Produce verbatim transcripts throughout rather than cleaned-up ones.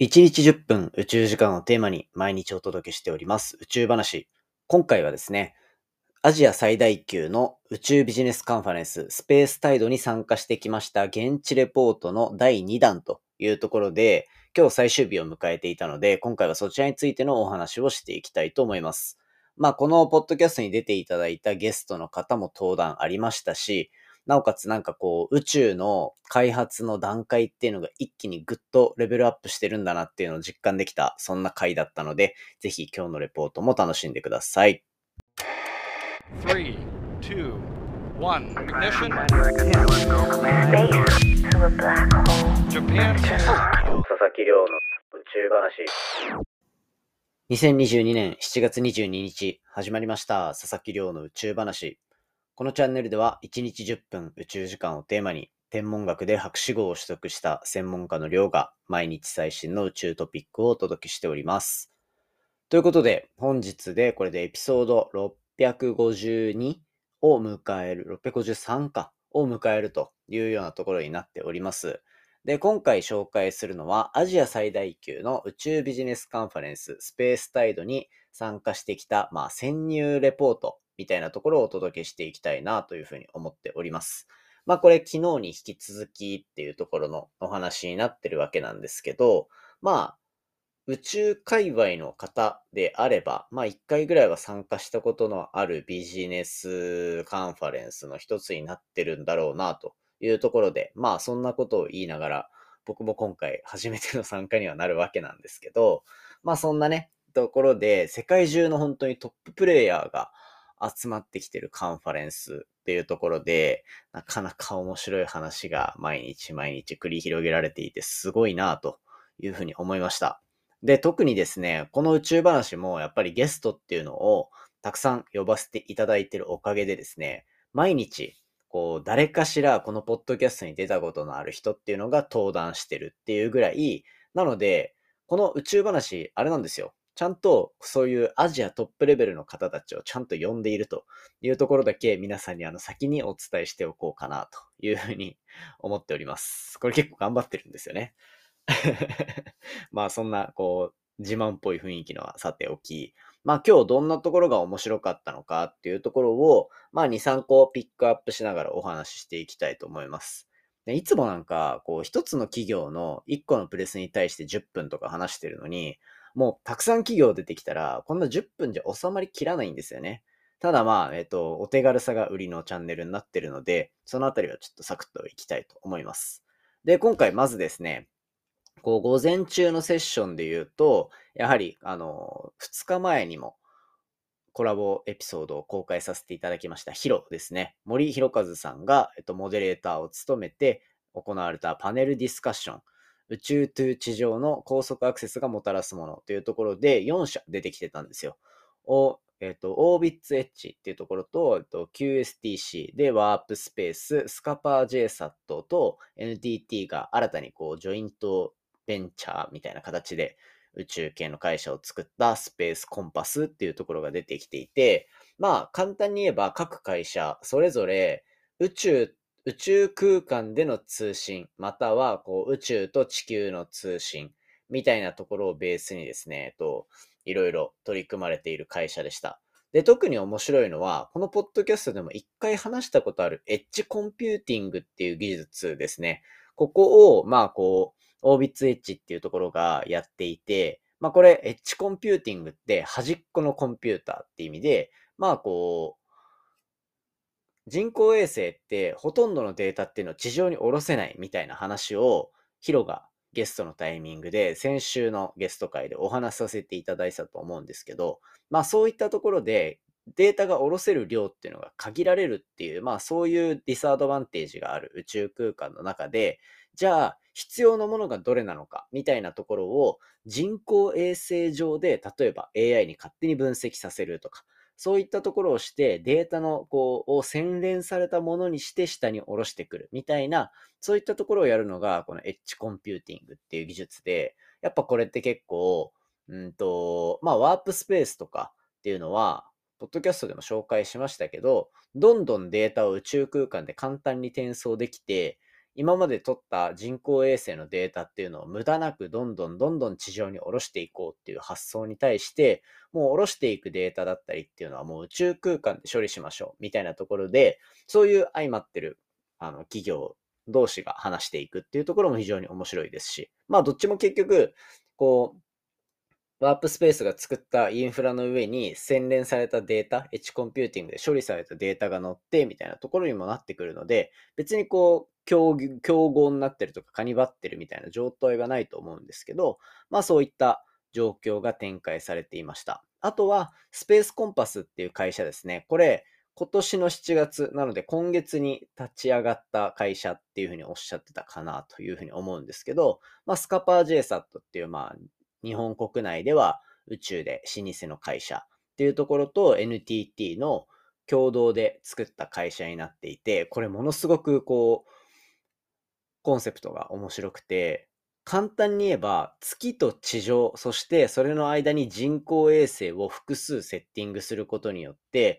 いちにちじゅっぷん宇宙時間をテーマに毎日お届けしております宇宙話。今回はですね、アジア最大級の宇宙ビジネスカンファレンススペースタイドに参加してきました現地レポートのだいにだんというところで、今日最終日を迎えていたので、今回はそちらについてのお話をしていきたいと思います。まあ、このポッドキャストに出ていただいたゲストの方も登壇ありましたし、なおかつなんかこう宇宙の開発の段階っていうのが一気にぐっとレベルアップしてるんだなっていうのを実感できた、そんな回だったので、ぜひ今日のレポートも楽しんでください。 Three, two, one, ignition. Japan. 佐々木亮の宇宙話。にせんにじゅうにねんしちがつにじゅうににち始まりました佐々木亮の宇宙話。このチャンネルではいちにちじゅっぷん宇宙時間をテーマに天文学で博士号を取得した専門家の亮が毎日最新の宇宙トピックをお届けしております。ということで本日でこれでエピソードろっぴゃくごじゅうにを迎える、ろっぴゃくごじゅうさんかを迎えるというようなところになっております。で、今回紹介するのはアジア最大級の宇宙ビジネスカンファレンススペースタイドに参加してきた、まあ、潜入レポートみたいなところをお届けしていきたいなというふうに思っております。まあこれ昨日に引き続きっていうところのお話になってるわけなんですけど、まあ宇宙界隈の方であれば、まあ一回ぐらいは参加したことのあるビジネスカンファレンスの一つになってるんだろうなというところで、まあそんなことを言いながら、僕も今回初めての参加にはなるわけなんですけど、まあそんなね、ところで世界中の本当にトッププレイヤーが集まってきてるカンファレンスっていうところで、なかなか面白い話が毎日毎日繰り広げられていてすごいなというふうに思いました。で、特にですね、この宇宙話もやっぱりゲストっていうのをたくさん呼ばせていただいているおかげでですね、毎日、こう、誰かしらこのポッドキャストに出たことのある人っていうのが登壇してるっていうぐらい、なので、この宇宙話、あれなんですよ。ちゃんとそういうアジアトップレベルの方たちをちゃんと呼んでいるというところだけ皆さんにあの先にお伝えしておこうかなというふうに思っております。これ結構頑張ってるんですよね。まあそんな、こう、自慢っぽい雰囲気のはさておき、まあ今日どんなところが面白かったのかっていうところを、まあに、さんこピックアップしながらお話ししていきたいと思います。でいつもなんか、こう一つの企業の一個のプレスに対してじゅっぷんとか話してるのに、もうたくさん企業出てきたら、こんなじゅっぷんじゃ収まりきらないんですよね。ただまあ、えっと、お手軽さが売りのチャンネルになってるので、そのあたりはちょっとサクッといきたいと思います。で、今回まずですね、こう、午前中のセッションで言うと、やはり、あの、ふつかまえにもコラボエピソードを公開させていただきました、ヒロですね。森弘和さんが、えっと、モデレーターを務めて行われたパネルディスカッション、宇宙と地上の高速アクセスがもたらすものというところでよん社出てきてたんですよ。おえっと、オービッツエッジっていうところと、えっと、キューエスティーシー でワープスペース、スカパー ジェイサット と エヌティーティー が新たにこう、ジョイントベンチャーみたいな形で宇宙系の会社を作ったスペースコンパスっていうところが出てきていて、まあ簡単に言えば各会社それぞれ宇宙宇宙空間での通信、またはこう宇宙と地球の通信みたいなところをベースにですね、えっと、いろいろ取り組まれている会社でした。で、特に面白いのは、このポッドキャストでも一回話したことあるエッジコンピューティングっていう技術ですね。ここを、まあこう、オービッツエッジっていうところがやっていて、まあこれ、エッジコンピューティングって端っこのコンピューターって意味で、まあこう、人工衛星ってほとんどのデータっていうのを地上に下ろせないみたいな話をヒロがゲストのタイミングで先週のゲスト会でお話しさせていただいたと思うんですけど、まあそういったところでデータが下ろせる量っていうのが限られるっていう、まあそういうディスアドバンテージがある宇宙空間の中で、じゃあ必要なものがどれなのかみたいなところを人工衛星上で例えば エーアイ に勝手に分析させるとか、そういったところをしてデータのこうを洗練されたものにして下に下ろしてくるみたいな、そういったところをやるのがこのエッジコンピューティングっていう技術で、やっぱこれって結構、うんと、まあワープスペースとかっていうのは、ポッドキャストでも紹介しましたけど、どんどんデータを宇宙空間で簡単に転送できて、 今まで取った人工衛星のデータっていうのを無駄なくどんどんどんどん地上に下ろしていこうっていう発想に対して、もう下ろしていくデータだったりっていうのはもう宇宙空間で処理しましょうみたいなところで、そういう相まってるあの企業同士が話していくっていうところも非常に面白いですし、まあどっちも結局、こう、ワープスペースが作ったインフラの上に洗練されたデータ、エッジコンピューティングで処理されたデータが載ってみたいなところにもなってくるので、別にこう、競競合になってるとか、カニバってるみたいな状態はないと思うんですけど、まあそういった状況が展開されていました。あとは、スペースコンパスっていう会社ですね。これ、今年のしちがつ、なので今月に立ち上がった会社っていうふうにおっしゃってたかなというふうに思うんですけど、まあ、スカパー ジェイサット っていう、まあ、日本国内では宇宙で老舗の会社っていうところと エヌティーティー の共同で作った会社になっていて、これものすごくこう、コンセプトが面白くて、簡単に言えば月と地上、そしてそれの間に人工衛星を複数セッティングすることによって、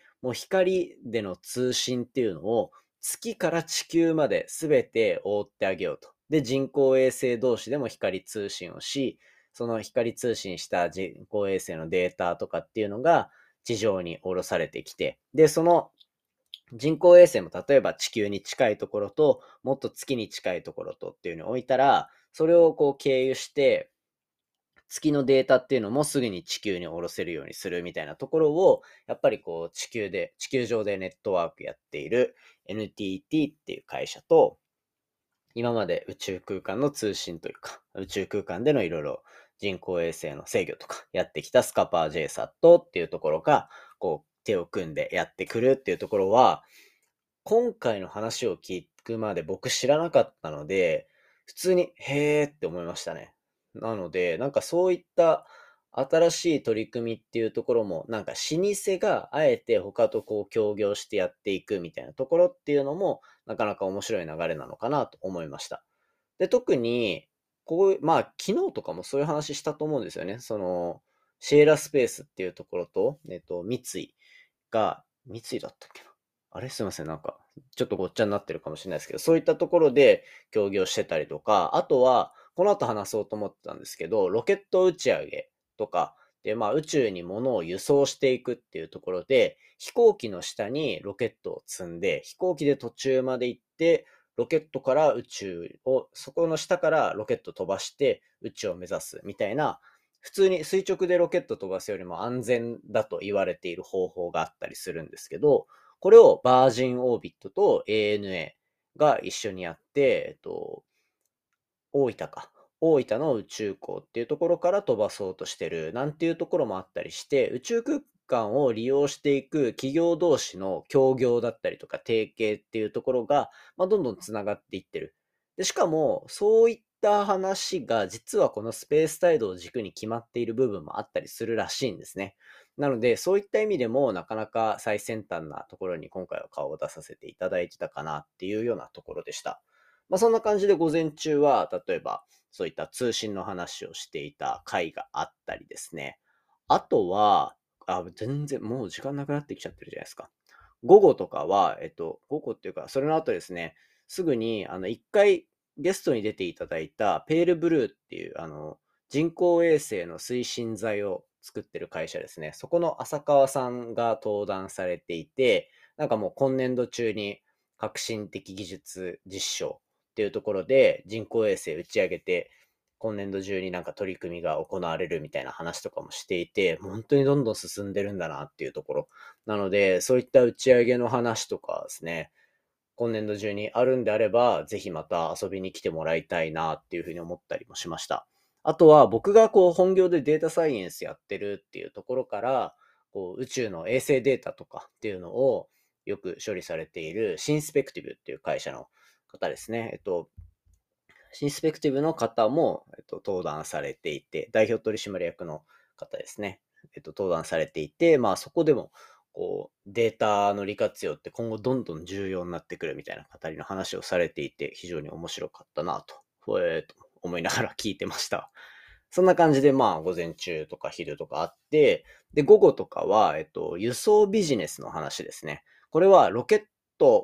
もう光での通信っていうのを月から地球まで全て覆ってあげようと。で、人工衛星同士でも光通信をし、その光通信した人工衛星のデータとかっていうのが地上に下ろされてきて、で、その人工衛星も例えば地球に近いところと、もっと月に近いところとっていうのを置いたら、それをこう経由して、月のデータっていうのもすぐに地球に下ろせるようにするみたいなところを、やっぱりこう地球で、地球上でネットワークやっている エヌティーティー っていう会社と、今まで宇宙空間の通信というか、宇宙空間でのいろいろ人工衛星の制御とかやってきたスカパー ジェイサット っていうところが、こう手を組んでやってくるっていうところは、今回の話を聞くまで僕知らなかったので、普通にへーって思いましたね。なので、なんかそういった新しい取り組みっていうところも、なんか老舗があえて他とこう協業してやっていくみたいなところっていうのも、なかなか面白い流れなのかなと思いました。で、特に、こういう、まあ、昨日とかもそういう話したと思うんですよね。その、シエラスペースっていうところと、えっと、三井が、三井だったっけな。あれすいません。なんか、ちょっとごっちゃになってるかもしれないですけど、そういったところで協業してたりとか、あとは、この後話そうと思ってたんですけど、ロケット打ち上げとか、で、まあ、宇宙に物を輸送していくっていうところで、飛行機の下にロケットを積んで、飛行機で途中まで行って、ロケットから宇宙を、そこの下からロケット飛ばして宇宙を目指すみたいな、普通に垂直でロケット飛ばすよりも安全だと言われている方法があったりするんですけど、これをバージンオービットと エーエヌエー が一緒にやって、えっと、大分か。大分の宇宙港っていうところから飛ばそうとしてるなんていうところもあったりして、宇宙空間を利用していく企業同士の協業だったりとか提携っていうところが、まあ、どんどんつながっていってる。で、しかも、そういった話が実はこのスペースタイドを軸に決まっている部分もあったりするらしいんですね。なので、そういった意味でもなかなか最先端なところに今回は顔を出させていただいてたかなっていうようなところでした。まあ、そんな感じで午前中は、例えば、そういった通信の話をしていた回があったりですね。あとは、あ、全然もう時間なくなってきちゃってるじゃないですか。午後とかは、えっと、午後っていうか、それの後ですね、すぐに、あの、一回ゲストに出ていただいた、ペールブルーっていう、あの、人工衛星の推進剤を作ってる会社ですね。そこの浅川さんが登壇されていて、なんかもう今年度中に革新的技術実証っていうところで人工衛星打ち上げて、今年度中になんか取り組みが行われるみたいな話とかもしていて、本当にどんどん進んでるんだなっていうところ。なので、そういった打ち上げの話とかですね、今年度中にあるんであれば、ぜひまた遊びに来てもらいたいなっていうふうに思ったりもしました。あとは僕がこう本業でデータサイエンスやってるっていうところから、こう宇宙の衛星データとかっていうのをよく処理されているシンスペクティブっていう会社の方ですね。えっと、シンスペクティブの方も、えっと、登壇されていて、代表取締役の方ですね。えっと、登壇されていて、まあそこでも、こう、データの利活用って今後どんどん重要になってくるみたいな語りの話をされていて、非常に面白かったなと、ほえーと思いながら聞いてました。そんな感じで、まあ、午前中とか昼とかあって、で、午後とかは、えっと、輸送ビジネスの話ですね。これはロケット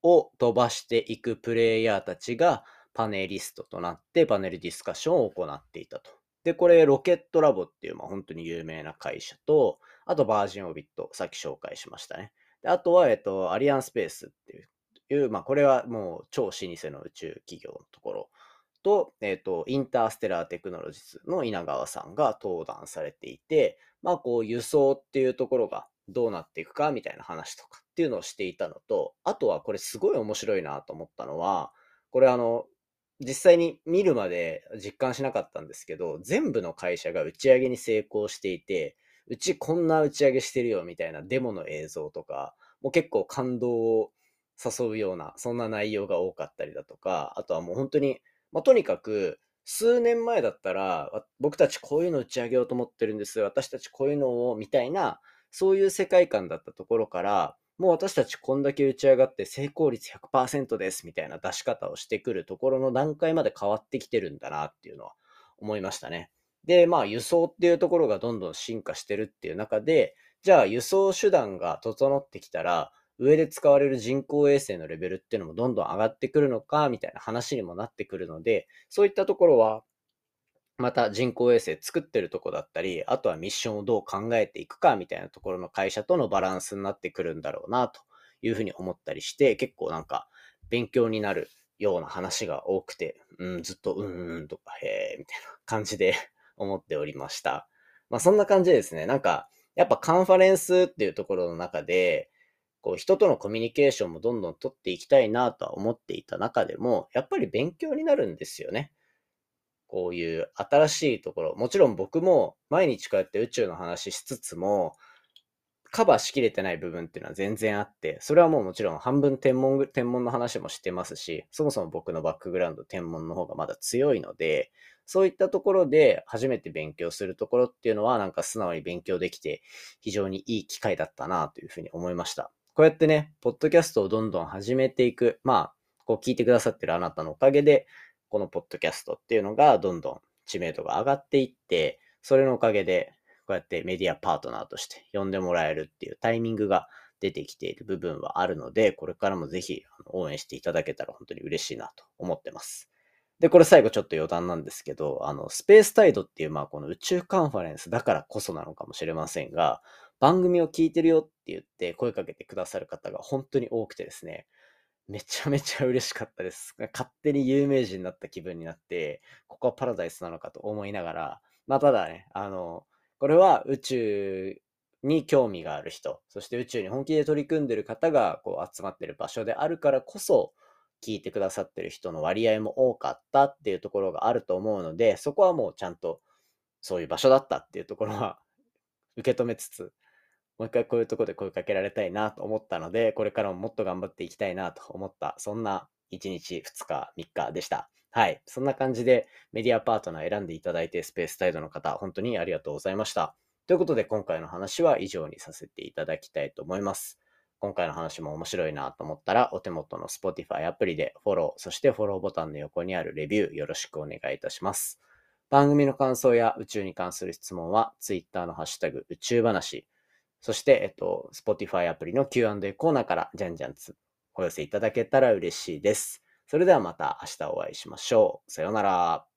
を飛ばしていくプレイヤーたちがパネリストとなってパネルディスカッションを行っていたと。で、これロケットラボっていう、まあ、本当に有名な会社と、あとバージンオビット、さっき紹介しましたね。であとは、えっと、アリアンスペースっていう、まあ、これはもう超老舗の宇宙企業のところと、えっと、インターステラーテクノロジスの稲川さんが登壇されていて、まあ、こう、輸送っていうところがどうなっていくかみたいな話とかっていうのをしていたのと、あとはこれすごい面白いなと思ったのは、これあの、実際に見るまで実感しなかったんですけど、全部の会社が打ち上げに成功していて、うちこんな打ち上げしてるよみたいなデモの映像とか、もう結構感動を誘うような、そんな内容が多かったりだとか、あとはもう本当に、まあ、とにかく、数年前だったら、わ僕たちこういうの打ち上げようと思ってるんです、私たちこういうのを、みたいな、そういう世界観だったところから、もう私たちこんだけ打ち上がって成功率ひゃくパーセントですみたいな出し方をしてくるところの段階まで変わってきてるんだなっていうのは思いましたね。で、まあ輸送っていうところがどんどん進化してるっていう中で、じゃあ輸送手段が整ってきたら、上で使われる人工衛星のレベルっていうのもどんどん上がってくるのかみたいな話にもなってくるので、そういったところはまた人工衛星作ってるとこだったり、あとはミッションをどう考えていくかみたいなところの会社とのバランスになってくるんだろうなというふうに思ったりして、結構なんか勉強になるような話が多くて、うん、ずっとうんうんとかへーみたいな感じで思っておりました。まあそんな感じでですね、なんかやっぱカンファレンスっていうところの中で、こう人とのコミュニケーションもどんどん取っていきたいなとは思っていた中でも、やっぱり勉強になるんですよね。こういう新しいところ、もちろん僕も毎日こうやって宇宙の話しつつも、カバーしきれてない部分っていうのは全然あって、それはもうもちろん半分天文ぐ、天文の話もしてますし、そもそも僕のバックグラウンド天文の方がまだ強いので、そういったところで初めて勉強するところっていうのはなんか素直に勉強できて非常にいい機会だったなというふうに思いました。こうやってね、ポッドキャストをどんどん始めていく、まあ、こう聞いてくださってるあなたのおかげで、このポッドキャストっていうのがどんどん知名度が上がっていって、それのおかげでこうやってメディアパートナーとして呼んでもらえるっていうタイミングが出てきている部分はあるので、これからもぜひ応援していただけたら本当に嬉しいなと思ってます。で、これ最後ちょっと余談なんですけど、あの、スペースタイドっていう、まあこの宇宙カンファレンスだからこそなのかもしれませんが、番組を聞いてるよって言って声かけてくださる方が本当に多くてですね、めちゃめちゃ嬉しかったです。勝手に有名人になった気分になって、ここはパラダイスなのかと思いながら、まあただね、あの、これは宇宙に興味がある人、そして宇宙に本気で取り組んでる方がこう集まってる場所であるからこそ、聞いてくださってる人の割合も多かったっていうところがあると思うので、そこはもうちゃんとそういう場所だったっていうところは受け止めつつ、もう一回こういうところで声かけられたいなと思ったので、これからももっと頑張っていきたいなと思った、そんないちにち、ふつか、みっかでした。はい。そんな感じでメディアパートナー選んでいただいて、スペースタイドの方、本当にありがとうございました。ということで、今回の話は以上にさせていただきたいと思います。今回の話も面白いなと思ったら、お手元の Spotify アプリでフォロー、そしてフォローボタンの横にあるレビューよろしくお願いいたします。番組の感想や宇宙に関する質問は、Twitter のハッシュタグ宇宙話、そして、えっと、Spotify アプリの キューアンドエー コーナーからじゃんじゃんつお寄せいただけたら嬉しいです。それではまた明日お会いしましょう。さようなら。